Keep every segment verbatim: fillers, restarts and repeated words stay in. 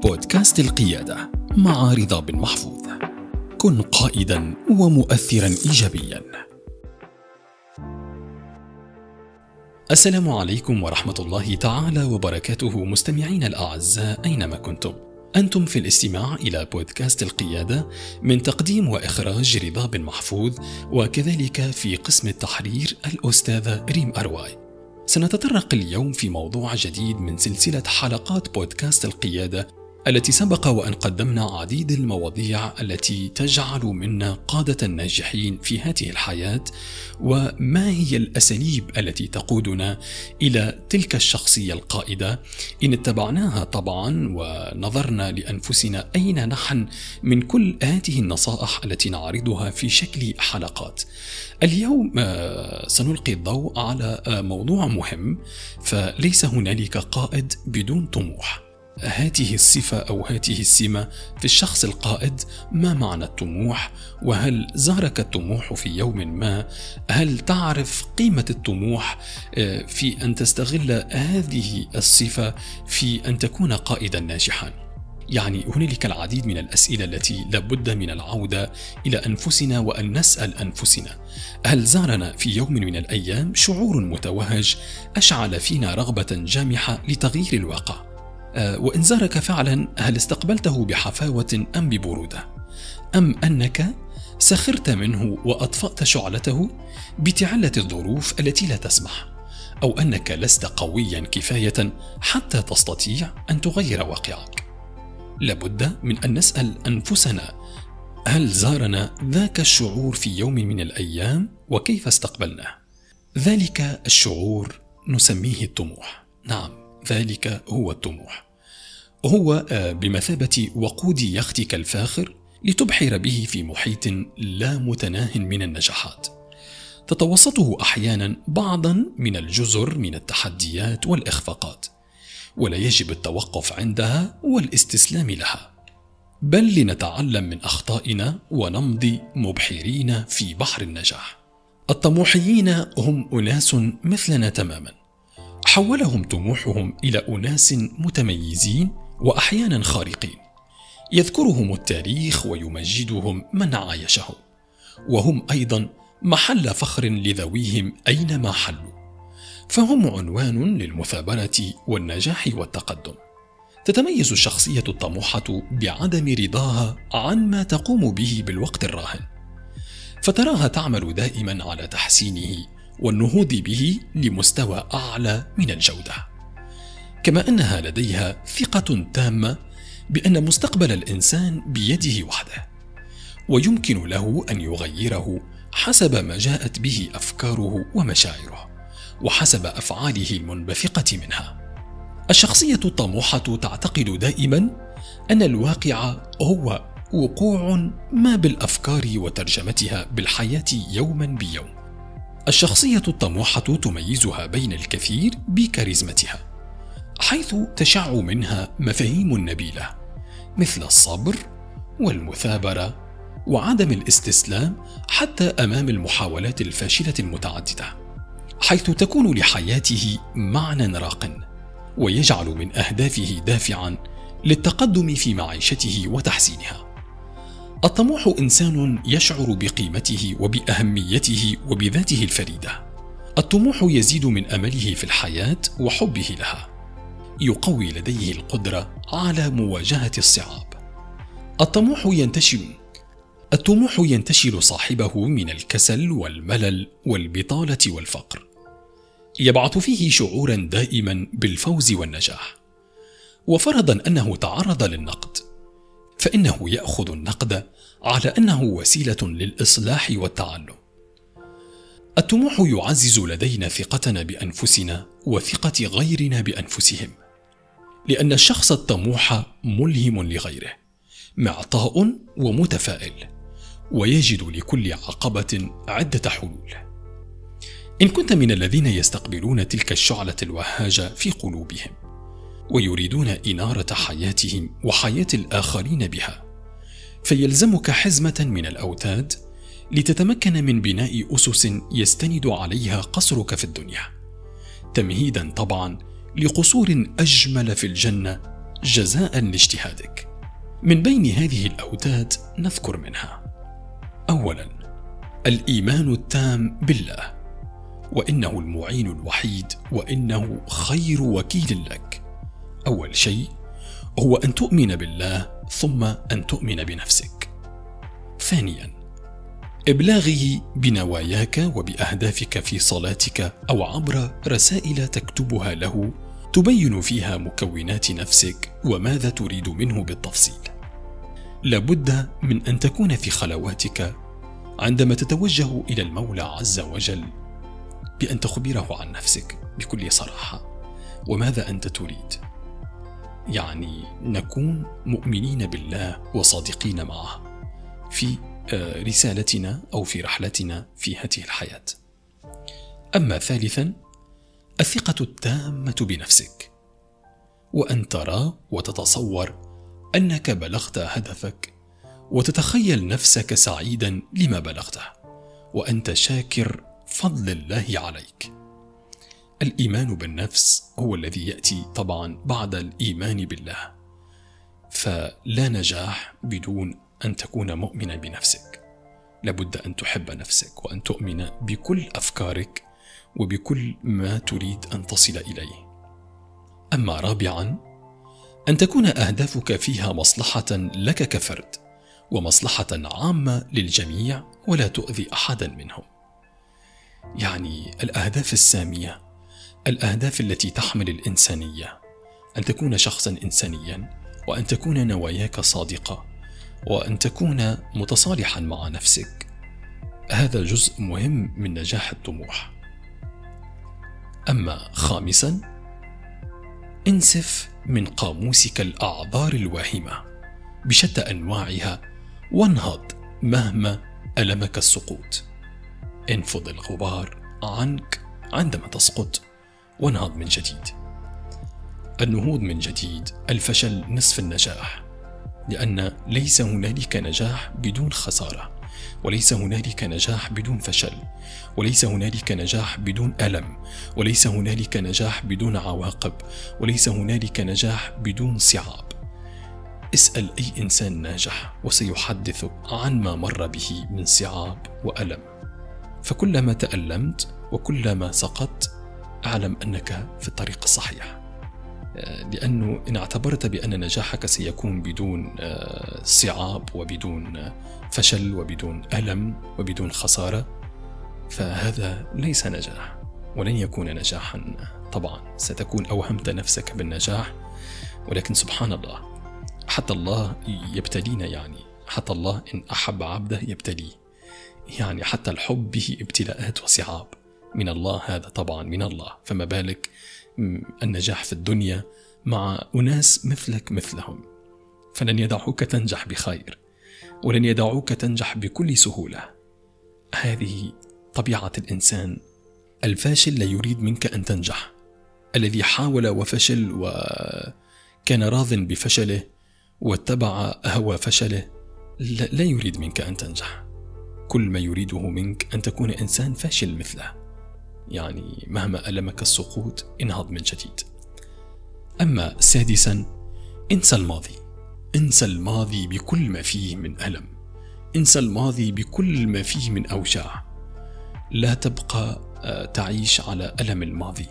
بودكاست القيادة مع رضا بن محفوظ. كن قائدا ومؤثرا إيجابيا. السلام عليكم ورحمة الله تعالى وبركاته، مستمعين الأعزاء أينما كنتم. أنتم في الاستماع إلى بودكاست القيادة من تقديم وإخراج رضا بن محفوظ، وكذلك في قسم التحرير الأستاذة ريم أرواي. سنتطرق اليوم في موضوع جديد من سلسلة حلقات بودكاست القيادة التي سبق وأن قدمنا عديد المواضيع التي تجعل منا قادة ناجحين في هذه الحياة، وما هي الأساليب التي تقودنا إلى تلك الشخصية القائدة إن اتبعناها طبعا ونظرنا لأنفسنا أين نحن من كل هذه النصائح التي نعرضها في شكل حلقات. اليوم سنلقي الضوء على موضوع مهم، فليس هنالك قائد بدون طموح. هذه الصفة أو هذه السمة في الشخص القائد. ما معنى الطموح؟ وهل زارك الطموح في يوم ما؟ هل تعرف قيمة الطموح في أن تستغل هذه الصفة في أن تكون قائدا ناجحا؟ يعني هنالك العديد من الأسئلة التي لابد من العودة إلى أنفسنا وأن نسأل أنفسنا: هل زارنا في يوم من الأيام شعور متوهج أشعل فينا رغبة جامحة لتغيير الواقع؟ وإن زارك فعلا، هل استقبلته بحفاوة أم ببرودة؟ أم أنك سخرت منه وأطفأت شعلته بتعلة الظروف التي لا تسمح؟ أو أنك لست قويا كفاية حتى تستطيع أن تغير واقعك؟ لابد من أن نسأل أنفسنا: هل زارنا ذاك الشعور في يوم من الأيام وكيف استقبلناه؟ ذلك الشعور نسميه الطموح. نعم، ذلك هو الطموح. هو بمثابة وقود يختك الفاخر لتبحر به في محيط لا متناه من النجاحات، تتوسطه أحيانا بعضا من الجزر من التحديات والإخفاقات، ولا يجب التوقف عندها والاستسلام لها، بل لنتعلم من أخطائنا ونمضي مبحرين في بحر النجاح. الطموحيين هم أناس مثلنا تماما، حولهم طموحهم إلى أناس متميزين وأحيانا خارقين، يذكرهم التاريخ ويمجدهم من عايشهم، وهم أيضا محل فخر لذويهم أينما حلوا، فهم عنوان للمثابرة والنجاح والتقدم. تتميز الشخصية الطموحة بعدم رضاها عن ما تقوم به بالوقت الراهن، فتراها تعمل دائما على تحسينه والنهوض به لمستوى أعلى من الجودة، كما أنها لديها ثقة تامة بأن مستقبل الإنسان بيده وحده، ويمكن له أن يغيره حسب ما جاءت به أفكاره ومشاعره وحسب أفعاله المنبثقة منها. الشخصية الطموحة تعتقد دائما أن الواقع هو وقوع ما بالأفكار وترجمتها بالحياة يوما بيوم. الشخصية الطموحة تميزها بين الكثير بكاريزمتها، حيث تشع منها مفاهيم نبيلة مثل الصبر والمثابرة وعدم الاستسلام حتى أمام المحاولات الفاشلة المتعددة، حيث تكون لحياته معنى راق ويجعل من أهدافه دافعا للتقدم في معيشته وتحسينها. الطموح إنسان يشعر بقيمته وبأهميته وبذاته الفريدة. الطموح يزيد من أمله في الحياة وحبه لها، يقوي لديه القدرة على مواجهة الصعاب. الطموح ينتشل الطموح ينتشل صاحبه من الكسل والملل والبطالة والفقر، يبعث فيه شعورا دائما بالفوز والنجاح. وفرضا أنه تعرض للنقد، فإنه يأخذ النقد على أنه وسيلة للإصلاح والتعلم. الطموح يعزز لدينا ثقتنا بأنفسنا وثقة غيرنا بأنفسهم، لأن الشخص الطموح ملهم لغيره، معطاء ومتفائل، ويجد لكل عقبة عدة حلول. إن كنت من الذين يستقبلون تلك الشعلة الوهاجة في قلوبهم ويريدون إنارة حياتهم وحياة الآخرين بها، فيلزمك حزمة من الأوتاد لتتمكن من بناء أسس يستند عليها قصرك في الدنيا، تمهيدا طبعا لقصور أجمل في الجنة جزاء لاجتهادك. من بين هذه الأوتاد نذكر منها: أولا، الإيمان التام بالله، وإنه المعين الوحيد، وإنه خير وكيل لك. أول شيء هو أن تؤمن بالله، ثم أن تؤمن بنفسك. ثانيا، إبلاغه بنواياك وبأهدافك في صلاتك أو عبر رسائل تكتبها له تبين فيها مكونات نفسك وماذا تريد منه بالتفصيل. لابد من أن تكون في خلواتك عندما تتوجه إلى المولى عز وجل بأن تخبره عن نفسك بكل صراحة وماذا أنت تريد. يعني نكون مؤمنين بالله وصادقين معه في رسالتنا أو في رحلتنا في هذه الحياة. أما ثالثا، الثقة التامة بنفسك، وأن ترى وتتصور أنك بلغت هدفك، وتتخيل نفسك سعيدا لما بلغته، وأنت شاكر فضل الله عليك. الإيمان بالنفس هو الذي يأتي طبعا بعد الإيمان بالله، فلا نجاح بدون أن تكون مؤمنا بنفسك. لابد أن تحب نفسك وأن تؤمن بكل أفكارك وبكل ما تريد أن تصل إليه. أما رابعا، أن تكون أهدافك فيها مصلحة لك كفرد ومصلحة عامة للجميع ولا تؤذي أحدا منهم. يعني الأهداف السامية، الأهداف التي تحمل الإنسانية، أن تكون شخصا إنسانيا، وأن تكون نواياك صادقة، وأن تكون متصالحا مع نفسك. هذا جزء مهم من نجاح الطموح. أما خامسا، انسف من قاموسك الأعذار الواهمة بشتى أنواعها، وانهض مهما ألمك السقوط. انفض الغبار عنك عندما تسقط، وانهض من جديد. النهوض من جديد، الفشل نصف النجاح، لأن ليس هنالك نجاح بدون خسارة، وليس هنالك نجاح بدون فشل، وليس هنالك نجاح بدون ألم، وليس هنالك نجاح بدون عواقب، وليس هنالك نجاح بدون صعاب. اسأل أي إنسان ناجح وسيحدث عن ما مر به من صعاب وألم. فكلما تألمت وكلما سقطت أعلم أنك في الطريق الصحيح، لأنه إن اعتبرت بأن نجاحك سيكون بدون صعاب وبدون فشل وبدون ألم وبدون خسارة، فهذا ليس نجاح ولن يكون نجاحا. طبعا ستكون أوهمت نفسك بالنجاح، ولكن سبحان الله حتى الله يبتلينا. يعني حتى الله إن أحب عبده يبتليه، يعني حتى الحب به ابتلاءات وصعاب من الله، هذا طبعا من الله، فما بالك النجاح في الدنيا مع أناس مثلك مثلهم. فلن يدعوك تنجح بخير، ولن يدعوك تنجح بكل سهولة. هذه طبيعة الإنسان. الفاشل لا يريد منك أن تنجح، الذي حاول وفشل وكان راض بفشله واتبع هوى فشله لا يريد منك أن تنجح. كل ما يريده منك أن تكون إنسان فاشل مثله، يعني مهما ألمك السقوط انهض من جديد. أما سادسا، انسى الماضي. انسى الماضي بكل ما فيه من ألم، انسى الماضي بكل ما فيه من أوجاع. لا تبقى تعيش على ألم الماضي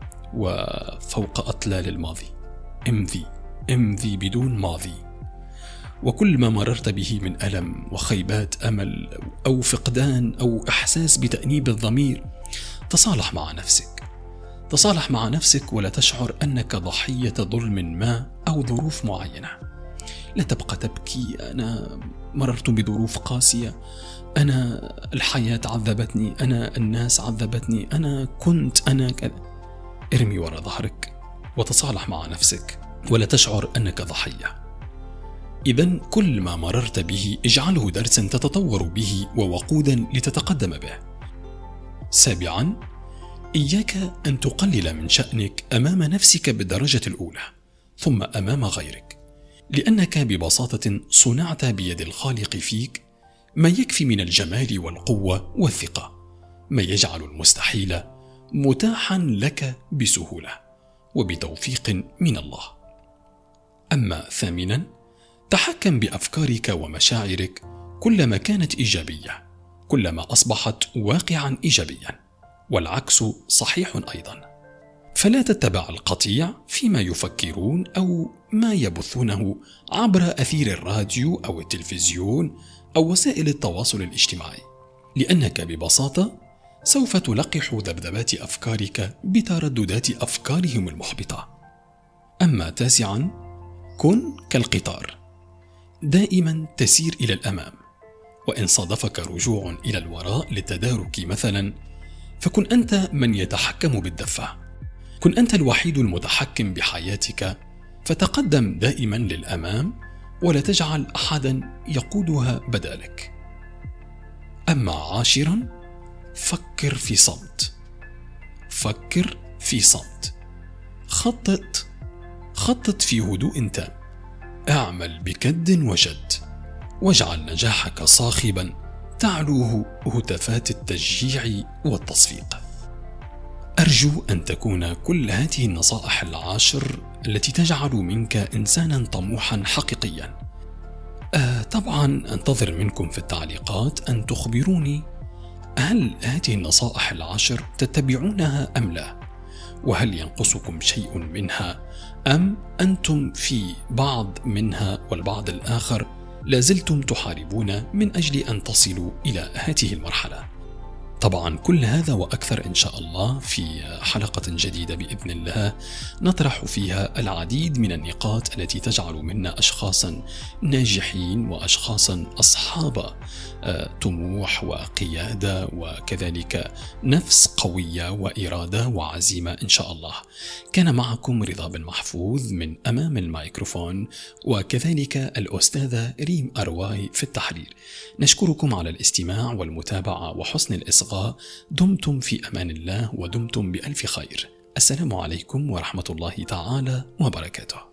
وفوق أطلال الماضي. امضي امضي بدون ماضي. وكل ما مررت به من ألم وخيبات أمل أو فقدان أو إحساس بتأنيب الضمير، تصالح مع نفسك. تصالح مع نفسك ولا تشعر أنك ضحية ظلم ما أو ظروف معينة. لا تبقى تبكي: أنا مررت بظروف قاسية، أنا الحياة عذبتني، أنا الناس عذبتني، أنا كنت أنا كذا. ارمي وراء ظهرك وتصالح مع نفسك ولا تشعر أنك ضحية. إذن كل ما مررت به اجعله درسا تتطور به ووقودا لتتقدم به. سابعا، إياك أن تقلل من شأنك أمام نفسك بالدرجة الأولى، ثم أمام غيرك، لأنك ببساطة صنعت بيد الخالق فيك ما يكفي من الجمال والقوة والثقة، ما يجعل المستحيل متاحا لك بسهولة وبتوفيق من الله. أما ثامنا، تحكم بأفكارك ومشاعرك كلما كانت إيجابية، كلما أصبحت واقعا إيجابيا، والعكس صحيح أيضا. فلا تتبع القطيع فيما يفكرون أو ما يبثونه عبر أثير الراديو أو التلفزيون أو وسائل التواصل الاجتماعي، لأنك ببساطة سوف تلقح ذبذبات أفكارك بترددات أفكارهم المحبطة. أما تاسعا، كن كالقطار، دائما تسير إلى الأمام، وإن صادفك رجوع إلى الوراء للتدارك مثلا، فكن أنت من يتحكم بالدفة، كن أنت الوحيد المتحكم بحياتك، فتقدم دائما للأمام ولا تجعل أحدا يقودها بدالك. أما عاشرا، فكر في صمت، فكر في صمت، خطط خطط في هدوء تام، اعمل بكد وجد، واجعل نجاحك صاخبا تعلوه هتافات التشجيع والتصفيق. أرجو أن تكون كل هذه النصائح العشر التي تجعل منك إنسانا طموحا حقيقيا. آه طبعا أنتظر منكم في التعليقات أن تخبروني هل هذه النصائح العشر تتبعونها أم لا، وهل ينقصكم شيء منها، أم أنتم في بعض منها والبعض الآخر لازلتم تحاربون من أجل أن تصلوا إلى هذه المرحلة. طبعا كل هذا وأكثر إن شاء الله في حلقة جديدة بإذن الله، نطرح فيها العديد من النقاط التي تجعل منا أشخاصا ناجحين وأشخاصا أصحاب طموح وقيادة، وكذلك نفس قوية وإرادة وعزيمة إن شاء الله. كان معكم رضا بن محفوظ من أمام الميكروفون، وكذلك الأستاذة ريم أرواي في التحرير. نشكركم على الاستماع والمتابعة وحسن الإصغاء. دمتم في أمان الله ودمتم بألف خير. السلام عليكم ورحمة الله تعالى وبركاته.